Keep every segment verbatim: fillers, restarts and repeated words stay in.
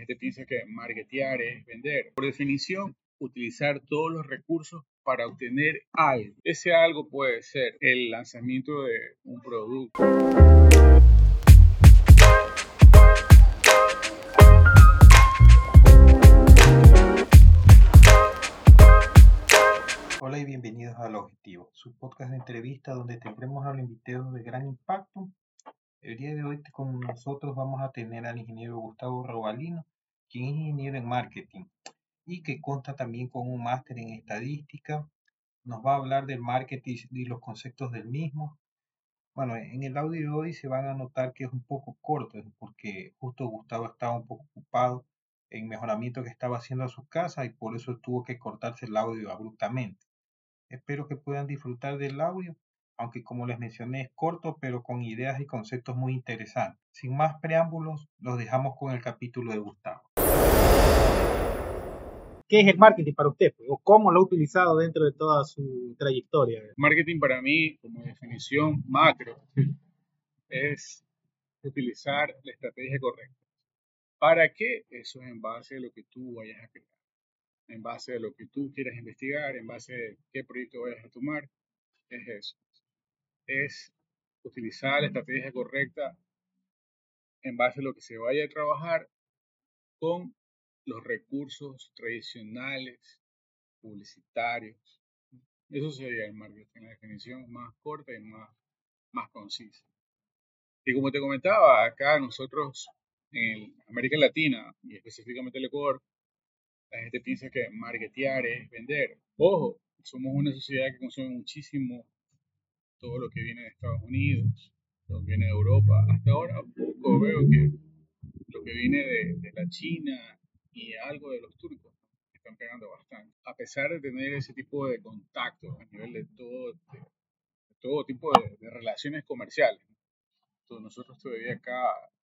gente piensa que marketear es vender. Por definición, utilizar todos los recursos para obtener algo. Ese algo puede ser el lanzamiento de un producto. Hola y bienvenidos al Objetivo, su podcast de entrevista donde tendremos a los invitados de gran impacto. El día de hoy con nosotros vamos a tener al ingeniero Gustavo Robalino, quien es ingeniero en marketing y que consta también con un máster en estadística. Nos va a hablar del marketing y los conceptos del mismo. Bueno, en el audio de hoy se van a notar que es un poco corto porque justo Gustavo estaba un poco ocupado en mejoramiento que estaba haciendo a su casa y por eso tuvo que cortarse el audio abruptamente. Espero que puedan disfrutar del audio, aunque como les mencioné es corto, pero con ideas y conceptos muy interesantes. Sin más preámbulos, los dejamos con el capítulo de Gustavo. ¿Qué es el marketing para usted? ¿O cómo lo ha utilizado dentro de toda su trayectoria? Marketing para mí, como definición macro, es utilizar la estrategia correcta. ¿Para qué? Eso es en base a lo que tú vayas a crear, en base a lo que tú quieras investigar, en base a qué proyecto vayas a tomar. Es eso. Es utilizar la estrategia correcta en base a lo que se vaya a trabajar con los recursos tradicionales, publicitarios. Eso sería el marketing, la definición más corta y más, más concisa. Y como te comentaba, acá nosotros en América Latina y específicamente el Ecuador, la gente piensa que marketear es vender. Ojo, somos una sociedad que consume muchísimo todo lo que viene de Estados Unidos, lo que viene de Europa. Hasta ahora poco veo que lo que viene de, de la China y algo de los turcos están pegando bastante. A pesar de tener ese tipo de contactos a nivel de todo, de, de todo tipo de, de relaciones comerciales. Entonces nosotros todavía acá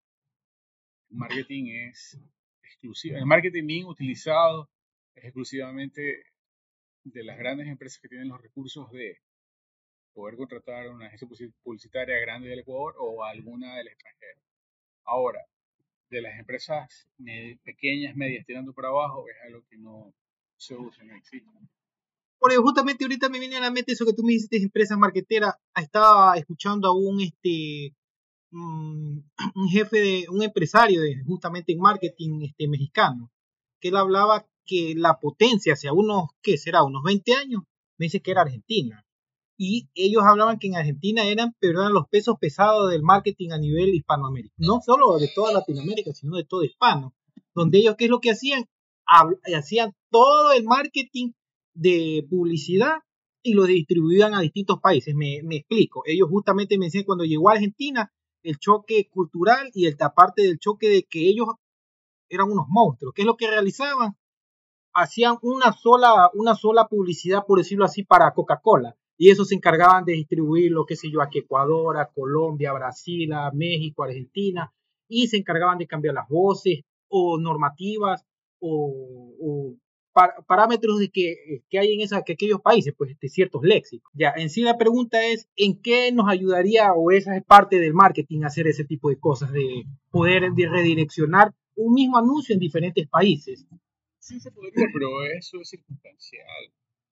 el marketing es exclusivo. El marketing bien utilizado es exclusivamente de las grandes empresas que tienen los recursos de poder contratar a una agencia publicitaria grande del Ecuador o alguna del extranjero. Ahora, de las empresas med- pequeñas, medias, tirando para abajo, es algo que no se usa, no existe. Porque justamente ahorita me viene a la mente eso que tú me dijiste, empresas marqueteras. Estaba escuchando a un este un, un jefe de un empresario de justamente en marketing este mexicano, que él hablaba que la potencia hacia unos, ¿qué será? Unos veinte años, me dice que era Argentina. Y ellos hablaban que en Argentina eran, pero eran los pesos pesados del marketing a nivel hispanoamericano. No solo de toda Latinoamérica, sino de todo hispano. Donde ellos, ¿qué es lo que hacían? Hab- hacían todo el marketing de publicidad y lo distribuían a distintos países. Me, me explico. Ellos justamente me decían cuando llegó a Argentina, el choque cultural y el aparte del choque de que ellos eran unos monstruos. ¿Qué es lo que realizaban? Hacían una sola, una sola publicidad, por decirlo así, para Coca-Cola. Y eso se encargaban de distribuirlo, qué sé yo, a Ecuador, a Colombia, a Brasil, a México, a Argentina. Y se encargaban de cambiar las voces o normativas o, o par, parámetros de que, que hay en esa, que aquellos países, pues de ciertos léxicos. Ya, en sí la pregunta es, ¿en qué nos ayudaría o esa es parte del marketing hacer ese tipo de cosas, de poder de redireccionar un mismo anuncio en diferentes países? Sí se podría, pero eso es circunstancial.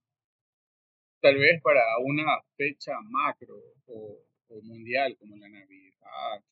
Tal vez para una fecha macro o, o mundial como la Navidad,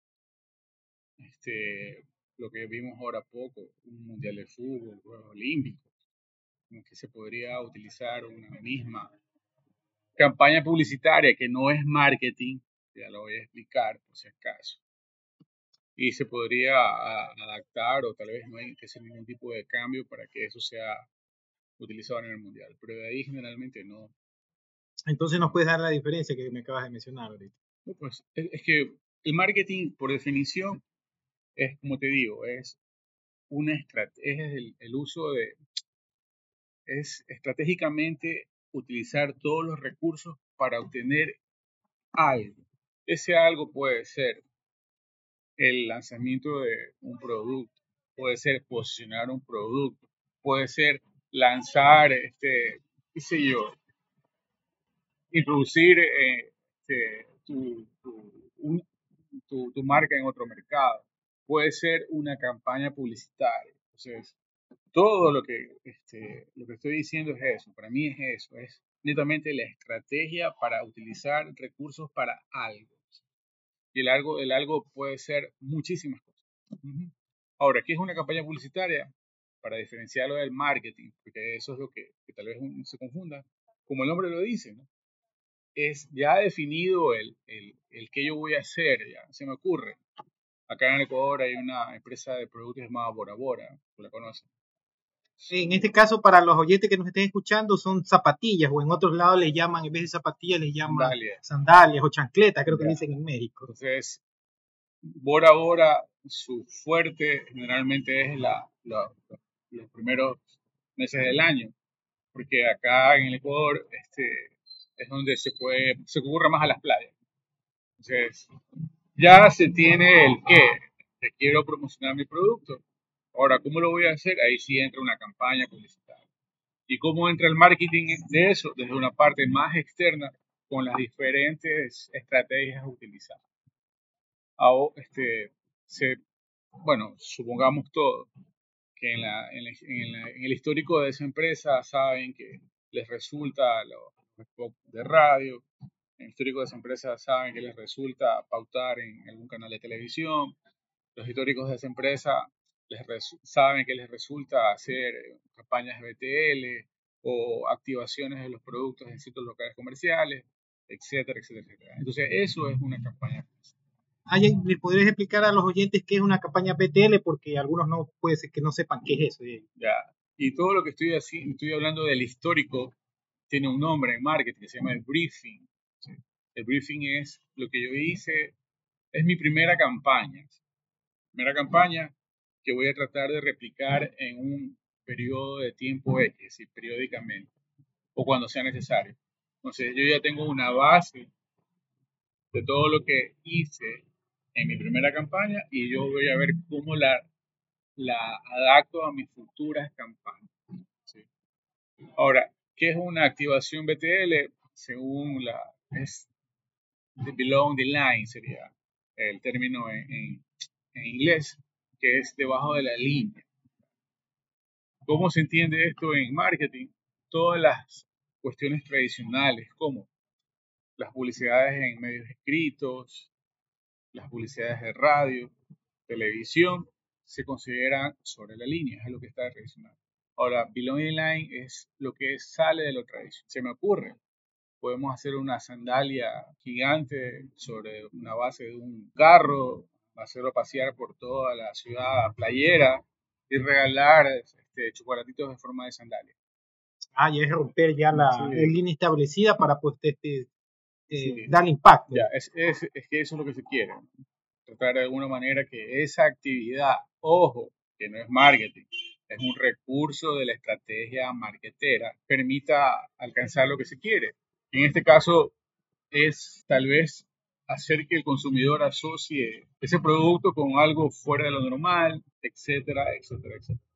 este, lo que vimos ahora poco, un mundial de fútbol, Juegos Olímpicos, en que se podría utilizar una misma campaña publicitaria que no es marketing, ya lo voy a explicar por si acaso, y se podría a, adaptar o tal vez no hay que hacer ningún tipo de cambio para que eso sea utilizado en el mundial, pero de ahí generalmente no. Entonces nos puedes dar la diferencia que me acabas de mencionar ahorita. No, pues es, es que el marketing por definición es, como te digo, es una estrategia, es el, el uso de, es estratégicamente utilizar todos los recursos para obtener algo. Ese algo puede ser el lanzamiento de un producto, puede ser posicionar un producto, puede ser lanzar, este, qué sé yo, introducir eh, este, tu, tu, un- tu- tu marca en otro mercado, puede ser una campaña publicitaria. Entonces, todo lo que, este, lo que estoy diciendo es eso. Para mí es eso. Es netamente la estrategia para utilizar recursos para algo. Y el algo, el algo puede ser muchísimas cosas. Uh-huh. Ahora, ¿qué es una campaña publicitaria? Para diferenciarlo del marketing, porque eso es lo que, que tal vez uno se confunda. Como el nombre lo dice, ¿no? Es ya definido el, el, el que yo voy a hacer, ya se me ocurre. Acá en Ecuador hay una empresa de productos llamada Bora Bora, ¿tú la conoces? En este caso, para los oyentes que nos estén escuchando, son zapatillas, o en otros lados les llaman, en vez de zapatillas, les llaman Sandalias, sandalias o chancletas, creo ya. que dicen en México. Entonces, Bora Bora, su fuerte generalmente es la, la, los primeros meses del año, porque acá en el Ecuador este, es donde se puede, se ocurre más a las playas. Entonces, ya se tiene el qué, que quiero promocionar mi producto. Ahora, ¿cómo lo voy a hacer? Ahí sí entra una campaña publicitaria. ¿Y cómo entra el marketing de eso? Desde una parte más externa, con las diferentes estrategias utilizadas. Ahora, este, se, bueno, supongamos todo, que en, la, en, la, en, la, en el histórico de esa empresa saben que les resulta los spots de radio, en el histórico de esa empresa saben que les resulta pautar en algún canal de televisión, los históricos de esa empresa les saben que les resulta hacer campañas de B T L o activaciones de los productos en ciertos locales comerciales, etcétera, etcétera, etcétera. Entonces, eso es una campaña. ¿Les podrías explicar a los oyentes qué es una campaña B T L? Porque algunos no puede ser que no sepan qué es eso. Ya. Y todo lo que estoy así, estoy hablando del histórico, tiene un nombre en marketing que se llama el briefing. ¿Sí? El briefing es lo que yo hice, es mi primera campaña. Primera campaña que voy a tratar de replicar en un periodo de tiempo X, y periódicamente, o cuando sea necesario. Entonces, yo ya tengo una base de todo lo que hice en mi primera campaña y yo voy a ver cómo la, la adapto a mis futuras campañas. ¿Sí? Ahora, ¿qué es una activación B T L? Según la, es the below the line, sería el término en, en, en inglés, que es debajo de la línea. ¿Cómo se entiende esto en marketing? Todas las cuestiones tradicionales, como las publicidades en medios escritos, las publicidades de radio, televisión, se consideran sobre la línea, es lo que está tradicional. Ahora, below the line es lo que sale de lo tradicional. Se me ocurre, podemos hacer una sandalia gigante sobre una base de un carro, hacerlo pasear por toda la ciudad playera y regalar este, chocolatitos de forma de sandalia. Ah, ya es romper ya la Sí. línea establecida para pues este, eh, Sí. darle impacto. Ya, es, es, es que eso es lo que se quiere. Tratar de alguna manera que esa actividad, ojo, que no es marketing, es un recurso de la estrategia marketera, permita alcanzar lo que se quiere. En este caso es tal vez hacer que el consumidor asocie ese producto con algo fuera de lo normal, etcétera, etcétera, etcétera.